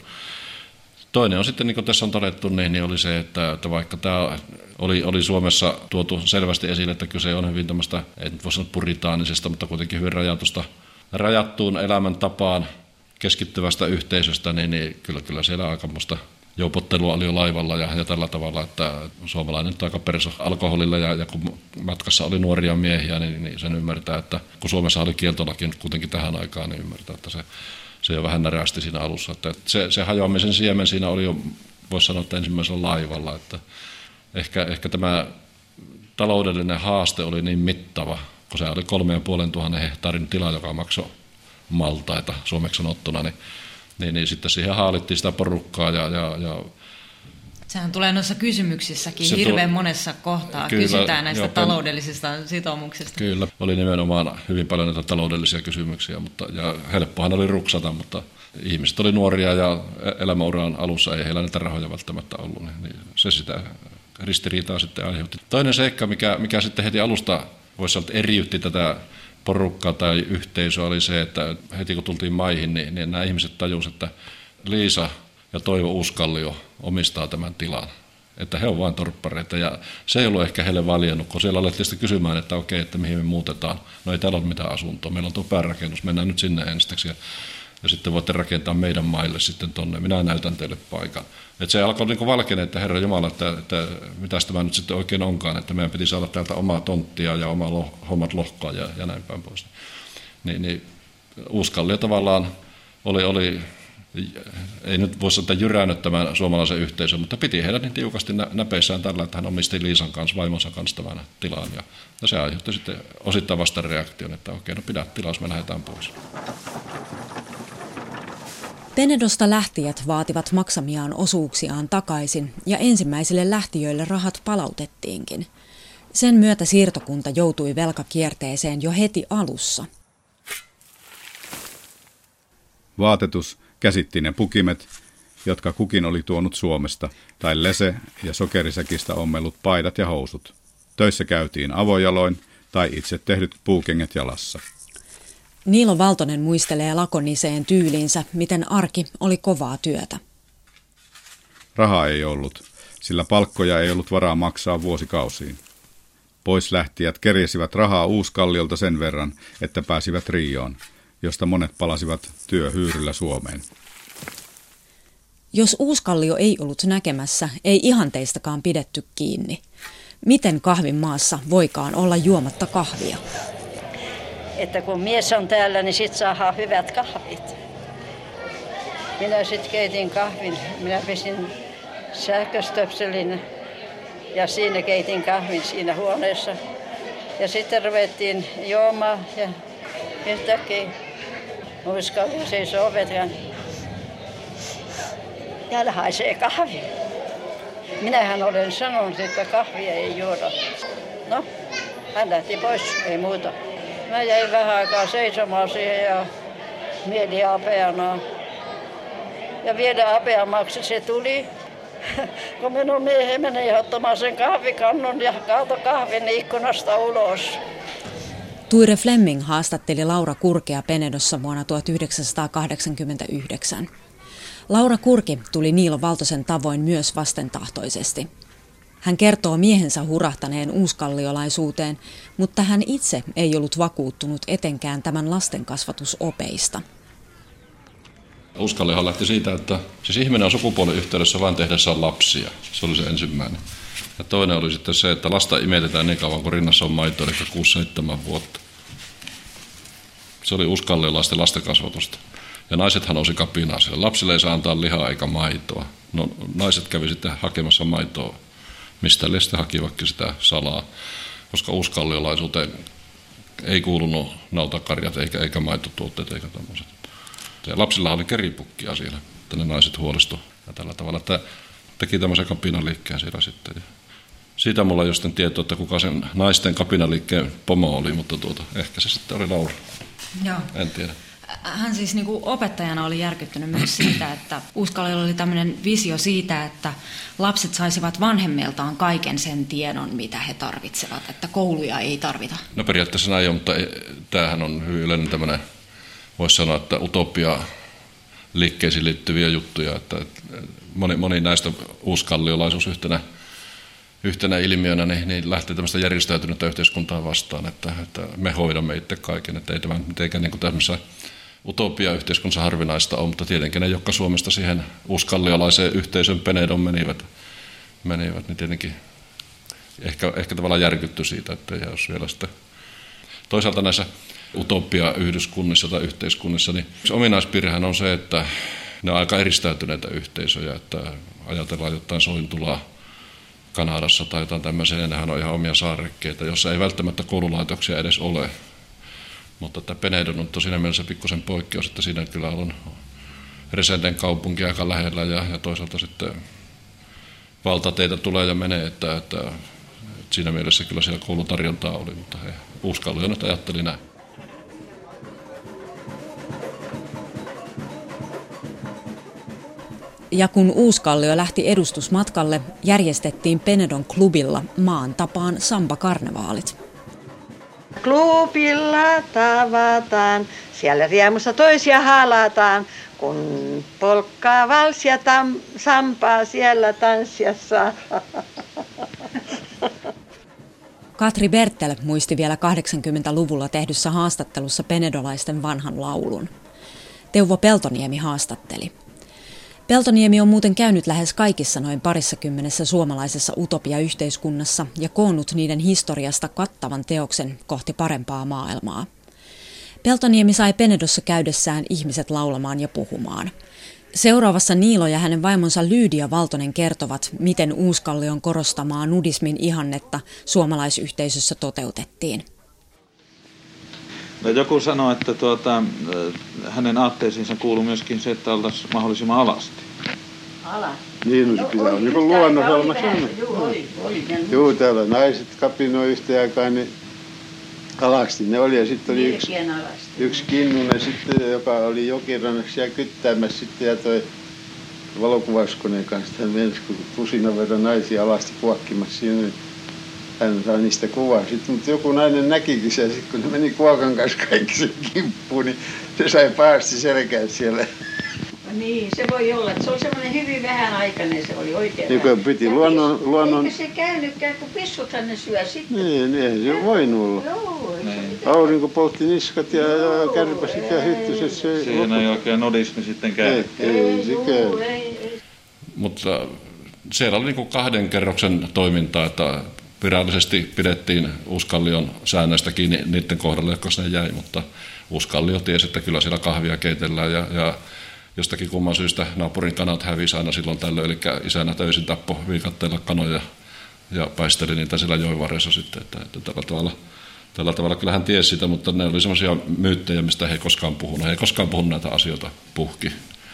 Toinen on sitten, niin kuin tässä on todettu, niin, niin oli se, että, että vaikka tämä oli, oli Suomessa tuotu selvästi esille, että kyse on hyvin tämmöistä, ei nyt voi sanoa puritaanisesta, mutta kuitenkin hyvin rajatusta, rajattuun elämäntapaan keskittyvästä yhteisöstä, niin, niin kyllä, kyllä siellä aikamoista joupottelua oli jo laivalla ja, ja tällä tavalla, että suomalainen aika perso alkoholilla ja, ja kun matkassa oli nuoria miehiä, niin, niin sen ymmärtää, että kun Suomessa oli kieltolaki nyt kuitenkin tähän aikaan, niin ymmärtää, että se Se jo vähän närästi siinä alussa. Että se, se hajoamisen siemen siinä oli jo, voisi sanoa, että ensimmäisellä laivalla. Että ehkä, ehkä tämä taloudellinen haaste oli niin mittava, kun se oli kolme ja puolen tuhannen hehtaarin tila, joka maksoi maltaita suomeksi sanottuna, niin, niin, niin sitten siihen haalittiin sitä porukkaa ja, ja, ja sehän tulee noissa kysymyksissäkin se hirveän tuo, monessa kohtaa. kyllä, kysytään näistä joo, taloudellisista sitoumuksista. Kyllä, oli nimenomaan hyvin paljon näitä taloudellisia kysymyksiä, mutta, ja helppohan oli ruksata, mutta ihmiset oli nuoria ja elämäuran alussa ei heillä näitä rahoja välttämättä ollut, niin, niin se sitä ristiriitaa sitten aiheutti. Toinen seikka, mikä, mikä sitten heti alusta voisi sanoa, että eriytti tätä porukkaa tai yhteisöä, oli se, että heti kun tultiin maihin, niin, niin nämä ihmiset tajusivat, että Liisa ja Toivo Uuskallio omistaa tämän tilan. Että he ovat vain torppareita ja se ei ollut ehkä heille valjennut, kun siellä alettiin sitten kysymään, että okei, että mihin me muutetaan. No ei täällä ole mitään asuntoa, meillä on tuo päärakennus, mennään nyt sinne ensiksi ja, ja sitten voitte rakentaa meidän maille sitten tonne, minä näytän teille paikan. Että se alkoi niin kuin valkenee, että Herra Jumala, että, että mitäs tämä nyt sitten oikein onkaan, että meidän piti saada täältä omaa tonttia ja omaa loh, hommat lohkoa ja, ja näin päin pois. Niin, niin Uuskallio tavallaan oli... oli ei nyt voi sanoa jyrännyt tämän suomalaisen yhteisön, mutta piti heidät niin tiukasti näpeissään tällä, että hän omisti Liisan kanssa, vaimonsa kanssa tämän tilan. Ja, ja se aiheutti sitten osittain vasta reaktion, että okei, no pidä tilaus, me lähdetään pois. Penedosta lähtijät vaativat maksamiaan osuuksiaan takaisin ja ensimmäisille lähtijöille rahat palautettiinkin. Sen myötä siirtokunta joutui velkakierteeseen jo heti alussa. Vaatetus käsitti ne pukimet, jotka kukin oli tuonut Suomesta, tai lese- ja sokerisäkistä ommellut paidat ja housut. Töissä käytiin avojaloin tai itse tehdyt puukenget jalassa. Niilo Valtonen muistelee lakoniseen tyyliinsä, miten arki oli kovaa työtä. Rahaa ei ollut, sillä palkkoja ei ollut varaa maksaa vuosikausiin. Poislähtijät kerjäsivät rahaa Uuskalliolta sen verran, että pääsivät Rioon, josta monet palasivat työhyyryllä Suomeen. Jos Uuskallio ei ollut näkemässä, ei ihanteistakaan pidetty kiinni. Miten kahvin maassa voikaan olla juomatta kahvia? Että kun mies on täällä, niin sit saadaan hyvät kahvit. Minä sitten keitin kahvin. Minä pesin sähköstöpselin ja siinä keitin kahvin siinä huoneessa. Ja sitten ruvettiin juomaan ja yhtäkkiä Uuskallio seisoo ovetan. Täällä haisee kahvi. Minähän olen sanonut, että kahvia ei juoda. No, hän lähti pois, ei muuta. Mä jäin vähän aikaa seisomaan siihen ja mieli apeana. Ja vielä apeammaksi se tuli, kun minun miehen meni ottamaan sen kahvikannun ja kaatoi kahvin ikkunasta ulos. Tuire Flemming haastatteli Laura Kurkea Penedossa vuonna tuhatyhdeksänsataakahdeksankymmentäyhdeksän. Laura Kurki tuli Niilo Valtosen tavoin myös vastentahtoisesti. Hän kertoo miehensä hurahtaneen uuskalliolaisuuteen, mutta hän itse ei ollut vakuuttunut etenkään tämän lastenkasvatusopeista. Uuskalliohan lähti siitä, että siis ihminen on sukupuolin yhteydessä vain tehdessään lapsia. Se oli se ensimmäinen. Ja toinen oli sitten se, että lasta imetetään niin kauan, kun rinnassa on maito, eli kuusi seitsemän vuotta. Se oli uuskalliolaisten lastenkasvatusta. Ja naisethan nousi kapinaa sille. Lapsille ei saa antaa lihaa eikä maitoa. No, naiset kävi sitten hakemassa maitoa mistä Leste haki vaikka sitä salaa, koska uuskalliolaisuuteen ei kuulunut nautakarjat eikä, eikä maitotuotteet eikä tämmöiset. Ja lapsillahan oli keripukkia siellä, että ne naiset huolestuivat tällä tavalla, että teki tämmöisen kapinaliikkeen siellä sitten. Siitä mulla ei ole sitten tietoa, että kuka sen naisten kapinaliikkeen pomo oli, mutta tuota, ehkä se sitten oli Laura. Joo. En tiedä. Hän siis niin kuin opettajana oli järkyttynyt myös siitä, että Uuskallilla oli tämmöinen visio siitä, että lapset saisivat vanhemmiltaan kaiken sen tiedon, mitä he tarvitsevat, että kouluja ei tarvita. No periaatteessa näin on, mutta ei, tämähän on hyvin yleinen tämmöinen, voisi sanoa, että utopia liikkeisiin liittyviä juttuja, että moni, moni näistä uuskalliolaisuus yhtenä, yhtenä ilmiönä niin, niin lähtee tämmöistä järjestäytynyttä yhteiskuntaa vastaan, että, että me hoidamme itse kaiken, että ei tämä mitenkään niin kuin tämmöisessä utopia-yhteiskunnassa harvinaista ole, mutta tietenkin ne, jotka Suomesta siihen uuskalliolaiseen yhteisön Penedon menivät, menivät niin tietenkin ehkä, ehkä tavallaan järkytty siitä, että ei olisi vielä sitten. Toisaalta näissä utopia-yhdyskunnissa tai yhteiskunnissa, niin ominaispiirrehän on se, että ne on aika eristäytyneitä yhteisöjä, että ajatellaan jotain Sointulaa Kanadassa tai jotain tämmöisiä, ja nehän on ihan omia saarekkeita, jossa ei välttämättä koululaitoksia edes ole. Mutta että Penedon on siinä mielessä pikkusen poikkeus, että siinä kyllä on Resenden kaupunki aika lähellä ja, ja toisaalta sitten valtateitä tulee ja menee, että, että, että siinä mielessä kyllä siellä koulutarjontaa oli, mutta he Uuskallia nyt ajatteli näin. Ja kun Uuskallio lähti edustusmatkalle, järjestettiin Penedon klubilla maan tapaan samba-karnevaalit. Klubilla tavataan, siellä riemussa toisia halataan, kun polkkaa, valsia, tam, sampaa siellä tanssiassa. Katri Bertel muisti vielä kahdeksankymmentäluvulla tehdyssä haastattelussa penedolaisten vanhan laulun. Teuvo Peltoniemi haastatteli. Peltoniemi on muuten käynyt lähes kaikissa noin parissakymmenessä suomalaisessa utopia-yhteiskunnassa ja koonnut niiden historiasta kattavan teoksen kohti parempaa maailmaa. Peltoniemi sai Penedossa käydessään ihmiset laulamaan ja puhumaan. Seuraavassa Niilo ja hänen vaimonsa Lyydia Valtonen kertovat, miten Uuskallion korostamaa nudismin ihannetta suomalaisyhteisössä toteutettiin. No, joku sanoi, että tuota, hänen aatteisiinsa kuului myöskin se, että oltaisiin mahdollisimman alasti. Alasti? Niin, no, pitää olla niin kuin luonnonohjelma sanoi. Joo, täällä naiset kapinoi yhtä aikaa, niin alasti ne oli. Ja sitten oli yksi, yksi kinnunen, sitten, joka oli jokirannassa ja kyttäämässä sitten, ja toi valokuvauskoneen kanssa hän meni, kun tusinan verran naisia alasti kuokkimassa siinä. Hän saa niistä kuvaa sitten, mutta joku nainen näkikin sen, kun ne meni kuokan kanssa kaikki sen kimppuun, niin se sai pahasti selkään siellä. No niin, se voi olla, että se oli semmoinen hyvin vähän aikainen, se oli oikein. Niin piti luonnon, luonnon... Eikä se käynytkään, kun pissuthan ne syö sitten. Niin, niin se voi olla. Joo, aurinko poltti niskat ja, ja kärpäsit ja hyttyset. Se siihen ei oikein nodismi sitten käy. Ei, ei, ei se käy. Mutta siellä oli niin kuin kahden kerroksen toimintaa, että virallisesti pidettiin Uuskallion säännöistä kiinni niiden kohdalla, jotka sinne jäi, mutta Uuskallio tiesi, että kyllä siellä kahvia keitellään ja, ja jostakin kumman syystä naapurin kanat hävisi aina silloin tällöin, eli isänä täysin tappo viikatteella kanoja ja paisteli niitä siellä joivarreissa sitten, että, että tällä tavalla, tällä tavalla kyllä hän tiesi sitä, mutta ne oli semmoisia myyttejä, mistä he ei koskaan puhunut, he ei koskaan puhunut näitä asioita puhki.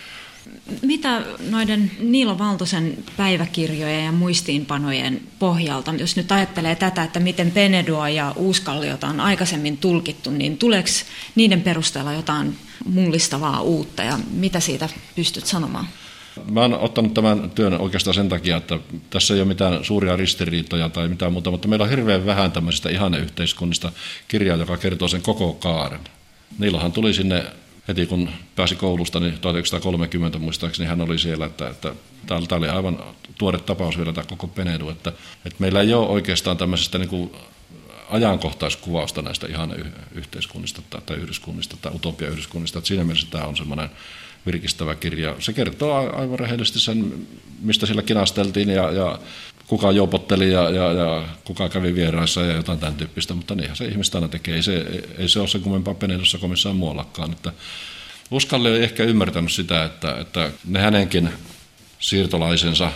Mitä noiden Niilo Valtosen päiväkirjojen ja muistiinpanojen pohjalta, jos nyt ajattelee tätä, että miten Penedoa ja Uuskalliota on aikaisemmin tulkittu, niin tuleeko niiden perusteella jotain mullistavaa uutta ja mitä siitä pystyt sanomaan? Mä oon ottanut tämän työn oikeastaan sen takia, että tässä ei ole mitään suuria ristiriitoja tai mitään muuta, mutta meillä on hirveän vähän tämmöisistä ihanneyhteiskunnista kirjaa, joka kertoo sen koko kaaren. Niilohan tuli sinne heti kun pääsi koulusta, niin tuhatyhdeksänsataakolmekymmentä muistaakseni hän oli siellä, että, että tämä oli aivan tuore tapaus vielä tämä koko Penedo, että, että meillä ei ole oikeastaan tämmöisestä niin kuin ajankohtaiskuvausta näistä ihan yhteiskunnista tai, tai yhdyskunnista tai utopia-yhdyskunnista, että siinä mielessä tämä on semmoinen virkistävä kirja. Se kertoo aivan rehellisesti sen, mistä sillä kinasteltiin ja, ja kuka joupotteli ja, ja, ja kuka kävi vieraissa ja jotain tämän tyyppistä, mutta niinhän se ihmistä aina tekee. Ei se, ei se ole se kummempaa Penedossa kuin missään muuallakaan. Että Uuskalli ei ehkä ymmärtänyt sitä, että, että ne hänenkin siirtolaisensa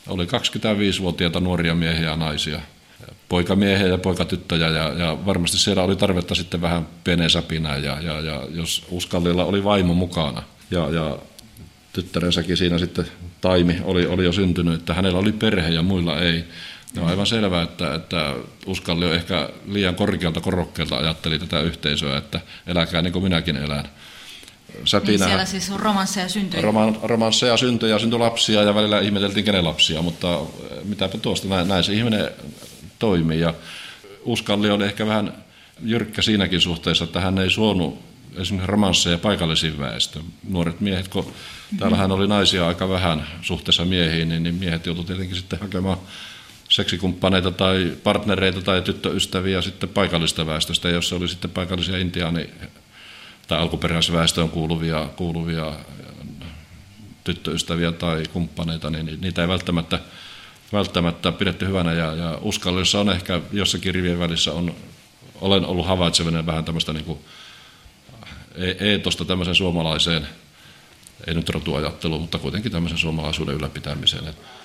Oli kaksikymmentäviisivuotiaita nuoria miehiä ja naisia, poikamiehiä ja poikatyttöjä, ja, ja varmasti siellä oli tarvetta sitten vähän pieneen säpinään, ja, ja, ja jos Uskallilla oli vaimo mukana, ja, ja tyttärensäkin siinä sitten Taimi oli, oli jo syntynyt, että hänellä oli perhe ja muilla ei. No on aivan selvää, että, että Uskalli on ehkä liian korkealta korokkeelta ajatteli tätä yhteisöä, että eläkää niin kuin minäkin elän. Säpinä, niin siellä siis on romansseja syntyjä. Roman, romansseja syntyjä, syntyi lapsia ja välillä ihmeteltiin kenen lapsia, mutta mitäpä tuosta, näin, näin se ihminen toimii. Ja Uskalli oli ehkä vähän jyrkkä siinäkin suhteessa, että hän ei suonut esimerkiksi romansseja paikallisiin väestöön. Nuoret miehet, kun mm-hmm. täällähän oli naisia aika vähän suhteessa miehiin, niin, niin miehet joutuivat tietenkin sitten hakemaan seksikumppaneita tai partnereita tai tyttöystäviä sitten paikallista väestöstä, jos se oli sitten paikallisia intiaani- tai alkuperäisväestöön kuuluvia, kuuluvia tyttöystäviä tai kumppaneita, niin niitä ei välttämättä, välttämättä pidetty hyvänä. Ja, ja Uskallissa on ehkä jossakin rivien välissä, on, olen ollut havaitsevinen vähän tämmöistä niin kuin eetosta tämmöiseen suomalaiseen, ei nyt rotuajatteluun, mutta kuitenkin tämmöisen suomalaisuuden ylläpitämiseen.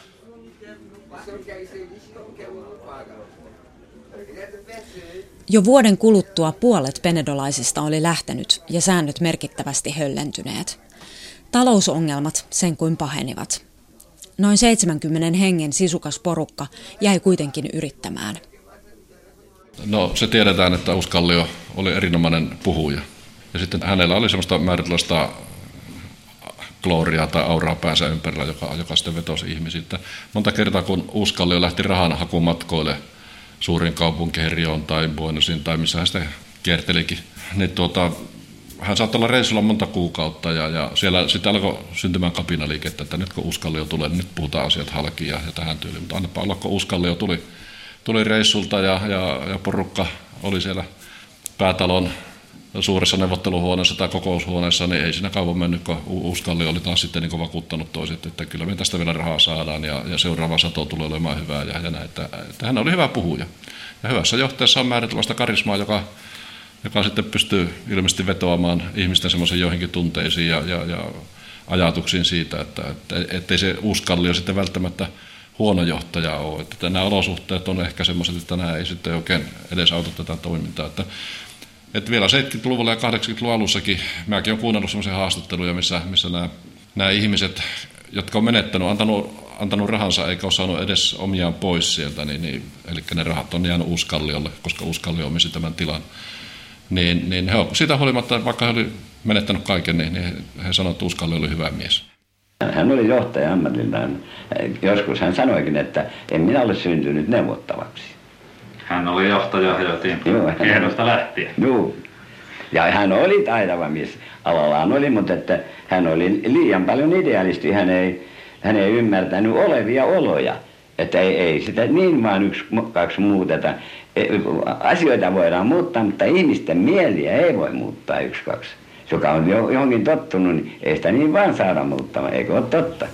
Jo vuoden kuluttua puolet penedolaisista oli lähtenyt ja säännöt merkittävästi höllentyneet. Talousongelmat sen kuin pahenivat. Noin seitsemänkymmenen hengen sisukas porukka jäi kuitenkin yrittämään. No se tiedetään, että Uskallio oli erinomainen puhuja. Ja sitten hänellä oli semmoista määrätilaista gloriaa tai auraa päänsä ympärillä, joka, joka sitten vetosi ihmisiltä. Monta kertaa kun Uskallio lähti rahanhakumatkoille suurin kaupunkeihin, Rioon tai Buenosiin tai missä hän sitten kiertelikin, niin tuota, hän saattoi olla reissulla monta kuukautta ja, ja siellä sitten alkoi syntymään kapinaliikettä, että nyt kun Uskallio tulee, niin nyt puhutaan asiat halki ja, ja tähän tyyliin. Mutta annapa olla, kun Uskallio tuli, tuli reissulta ja, ja, ja porukka oli siellä päätalon suuressa neuvotteluhuoneessa tai kokoushuoneessa, niin ei siinä kauan mennyt, kun Uskallio oli taas sitten niin vakuuttanut toiset, että kyllä me tästä vielä rahaa saadaan ja, ja seuraava sato tulee olemaan hyvää ja, ja näin. Että, että hän oli hyvä puhuja. Ja hyvässä johteessa on määritelmästä karismaa, joka, joka sitten pystyy ilmeisesti vetoamaan ihmisten semmoisiin joihinkin tunteisiin ja, ja, ja ajatuksiin siitä, että, että ettei se Uskallio sitten välttämättä huono johtaja ole. Että nämä olosuhteet on ehkä semmoiset, että nämä ei sitten oikein edesauta tätä toimintaa. Että Että vielä seitsemänkymmentäluvulla ja kahdeksankymmentäluvun alussakin mäkin olen kuunnellut sellaisia haastatteluja, missä, missä nämä, nämä ihmiset, jotka on menettänyt, antanut, antanut rahansa eikä ole saanut edes omiaan pois sieltä, niin, niin, eli ne rahat on jäänyt Uskalliolle, koska Uskallio omisi tämän tilan, niin, niin he on siitä huolimatta, vaikka he oli menettänyt kaiken, niin, niin he sanoivat, että Uskallio oli hyvä mies. Hän oli johtaja ammatiltaan. Joskus hän sanoikin, että en minä ole syntynyt neuvottavaksi. Hän oli johtaja heti kehdosta lähtien. Joo. Ja hän oli taitava mies. Alallaan oli, mutta että hän oli liian paljon idealisti. Hän ei, hän ei ymmärtänyt olevia oloja. Että ei, ei sitä niin vaan yksi, kaksi muuteta. Asioita voidaan muuttaa, mutta ihmisten mieliä ei voi muuttaa yksi, kaksi. Joka on johonkin tottunut, niin ei sitä niin vaan saada muuttamaan. Eikö ole totta?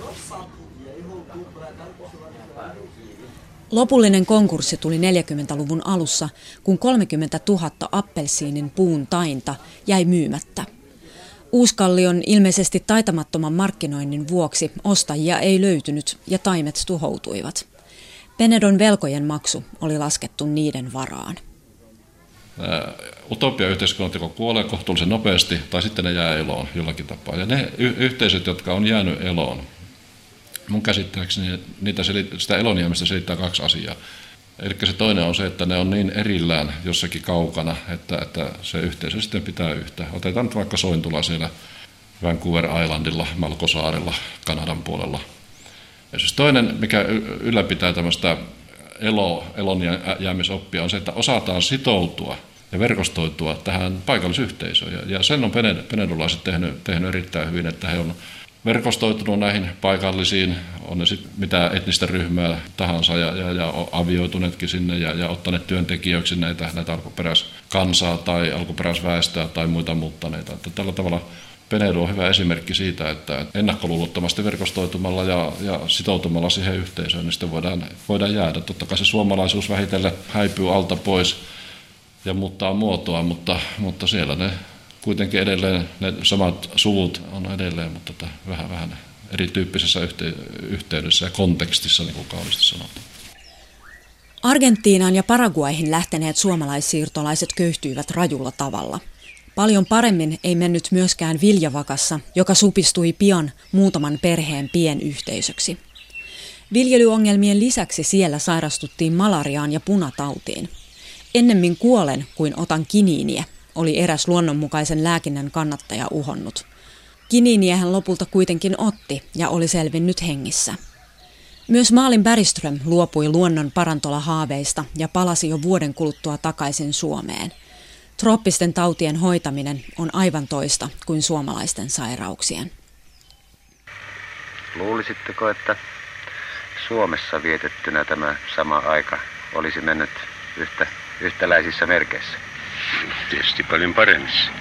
Lopullinen konkurssi tuli neljäkymmentäluvun alussa, kun kolmekymmentätuhatta appelsiinin puun tainta jäi myymättä. Uuskallion ilmeisesti taitamattoman markkinoinnin vuoksi ostajia ei löytynyt ja taimet tuhoutuivat. Penedon velkojen maksu oli laskettu niiden varaan. Utopiayhteiskunnat joko kuolee kohtuullisen nopeasti tai sitten ne jää eloon jollakin tapaa. Ja ne y- yhteisöt, jotka on jäänyt eloon, mun käsittääkseni niitä selit- sitä elonjäämistä selittää kaksi asiaa. Eli se toinen on se, että ne on niin erillään jossakin kaukana, että, että se yhteisö sitten pitää yhtä. Otetaan nyt vaikka Sointula siellä Vancouver Islandilla, Malkosaarella, Kanadan puolella. Ja siis toinen, mikä ylläpitää tämmöistä elo, elonjäämisoppia, on se, että osataan sitoutua ja verkostoitua tähän paikallisyhteisöön. Ja, ja sen on penedolaiset tehnyt, tehnyt erittäin hyvin, että he on verkostoitunut näihin paikallisiin, on ne sitten mitä etnistä ryhmää tahansa ja, ja, ja avioituneetkin sinne ja, ja ottaneet työntekijöiksi näitä, näitä alkuperäiskansaa tai alkuperäisväestöä tai muita muuttaneita. Että tällä tavalla Penedo on hyvä esimerkki siitä, että ennakkoluulottomasti verkostoitumalla ja, ja sitoutumalla siihen yhteisöön, niin sitten voidaan, voidaan jäädä. Totta kai se suomalaisuus vähitellen häipyy alta pois ja muuttaa muotoa, mutta, mutta siellä ne kuitenkin edelleen, ne samat suvut on edelleen, mutta tota, vähän, vähän erityyppisessä yhte- yhteydessä ja kontekstissa, niin kuin kauniisti sanotaan. Argentiinaan ja Paraguayhin lähteneet suomalaissiirtolaiset köyhtyivät rajulla tavalla. Paljon paremmin ei mennyt myöskään Viljavakassa, joka supistui pian muutaman perheen pienyhteisöksi. Viljelyongelmien lisäksi siellä sairastuttiin malariaan ja punatautiin. Ennemmin kuolen kuin otan kiniiniä, oli eräs luonnonmukaisen lääkinnän kannattaja uhonnut. Kiniiniä hän lopulta kuitenkin otti ja oli selvinnyt hengissä. Myös Malin Bergström luopui luonnon parantola-haaveista ja palasi jo vuoden kuluttua takaisin Suomeen. Trooppisten tautien hoitaminen on aivan toista kuin suomalaisten sairauksien. Luulisitteko, että Suomessa vietettynä tämä sama aika olisi mennyt yhtä, yhtäläisissä merkeissä? Tietysti paljon paremmissa.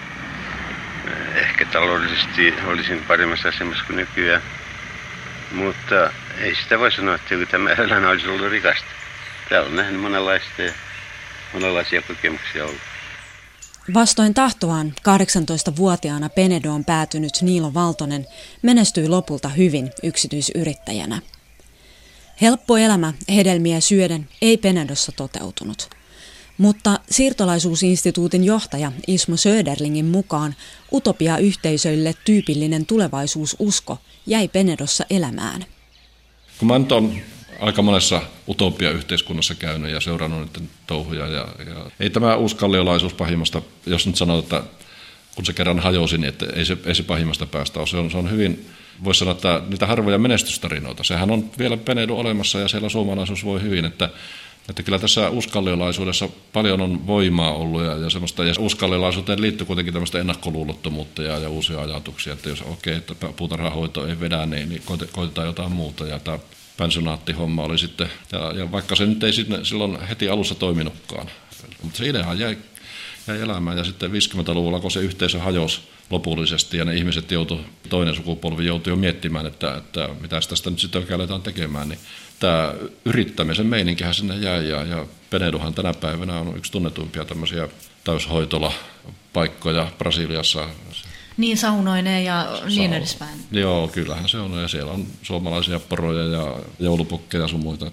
Ehkä taloudellisesti olisin paremmassa asemassa kuin nykyään, mutta ei sitä voi sanoa, että tämä elämä olisi ollut rikasta. Täällä on nähnyt monenlaista ja monenlaisia kokemuksia ollut. Vastoin tahtoaan kahdeksantoistavuotiaana Penedoon päätynyt Niilo Valtonen menestyi lopulta hyvin yksityisyrittäjänä. Helppo elämä hedelmiä syöden ei Penedossa toteutunut. Mutta siirtolaisuusinstituutin johtaja Ismo Söderlingin mukaan utopia-yhteisöille tyypillinen tulevaisuususko jäi Penedossa elämään. Kun mä nyt olen aika monessa utopia-yhteiskunnassa käynyt ja seurannut niiden touhuja, ja, ja ei tämä uusi kalliolaisuus pahimmasta, jos nyt sanoo, että kun se kerran hajosi, niin että ei se, ei se pahimmasta päästä ole. Se on, se on hyvin, voisi sanoa, että niitä harvoja menestystarinoita. Sehän on vielä Penedo olemassa ja siellä suomalaisuus voi hyvin, että Että kyllä tässä uuskalliolaisuudessa paljon on voimaa ollut ja, ja semmoista, ja uuskalliolaisuuteen liittyy kuitenkin tämmöistä ennakkoluulottomuutta ja, ja uusia ajatuksia, että jos okei, okay, että puutarhahoito ei vedä, niin, niin koitetaan jotain muuta, ja tämä pensionaattihomma oli sitten, ja, ja vaikka se nyt ei silloin heti alussa toiminutkaan, mutta se ideahan jäi, jäi elämään, ja sitten viisikymmentäluvulla, kun se yhteisö hajosi lopullisesti, ja ne ihmiset joutu, toinen sukupolvi joutui jo miettimään, että, että mitä tästä nyt sitten oikein aletaan tekemään, niin tämä yrittämisen meininkihän sinne jäi, ja, ja Penedohan tänä päivänä on yksi tunnetuimpia tämmöisiä täyshoitolapaikkoja Brasiliassa. Niin saunoineen ja niin edespäin. Joo, kyllähän se on, ja siellä on suomalaisia poroja ja joulupukkeja ja sun muita.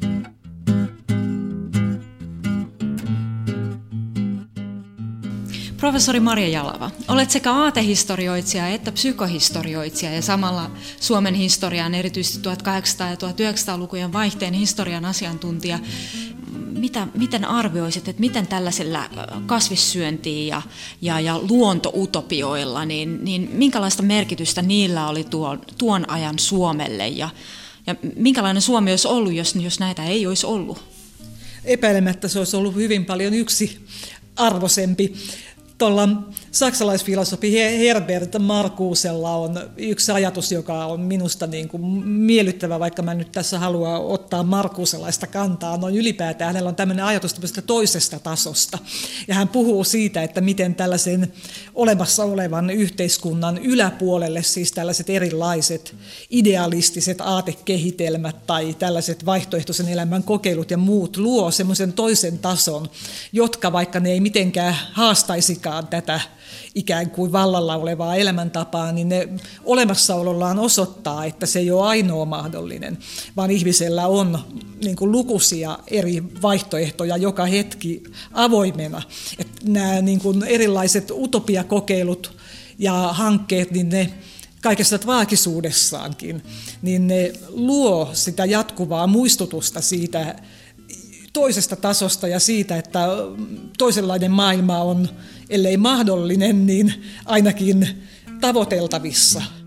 Professori Marja Jalava, olet sekä aatehistorioitsija että psykohistorioitsija ja samalla Suomen historian, erityisesti tuhatkahdeksansataa- ja tuhatyhdeksänsataalukujen vaihteen historian asiantuntija. Mitä, miten arvioisit, että miten tällaisilla kasvissyöntiä ja, ja, ja luontoutopioilla, niin, niin minkälaista merkitystä niillä oli tuon, tuon ajan Suomelle ja, ja minkälainen Suomi olisi ollut, jos, jos näitä ei olisi ollut? Epäilemättä se olisi ollut hyvin paljon yksi arvoisempi. Tuolla saksalaisfilosofi Herbert Marcusella on yksi ajatus, joka on minusta niin kuin miellyttävä, vaikka mä nyt tässä haluan ottaa Marcuselaista kantaa. Noin ylipäätään hänellä on tämmöinen ajatus tämmöisestä toisesta tasosta. Ja hän puhuu siitä, että miten tällaisen olemassa olevan yhteiskunnan yläpuolelle, siis tällaiset erilaiset idealistiset aatekehitelmät tai tällaiset vaihtoehtoisen elämän kokeilut ja muut luo semmoisen toisen tason, jotka vaikka ne ei mitenkään haastaisikaan tätä ikään kuin vallalla olevaa elämäntapaa, niin ne olemassaolollaan osoittaa, että se ei ole ainoa mahdollinen, vaan ihmisellä on niin kuin lukuisia eri vaihtoehtoja joka hetki avoimena. Että nämä niin kuin erilaiset utopiakokeilut ja hankkeet, niin ne kaikessa traagisuudessaankin, niin ne luo sitä jatkuvaa muistutusta siitä toisesta tasosta ja siitä, että toisenlainen maailma on, ellei mahdollinen, niin ainakin tavoiteltavissa.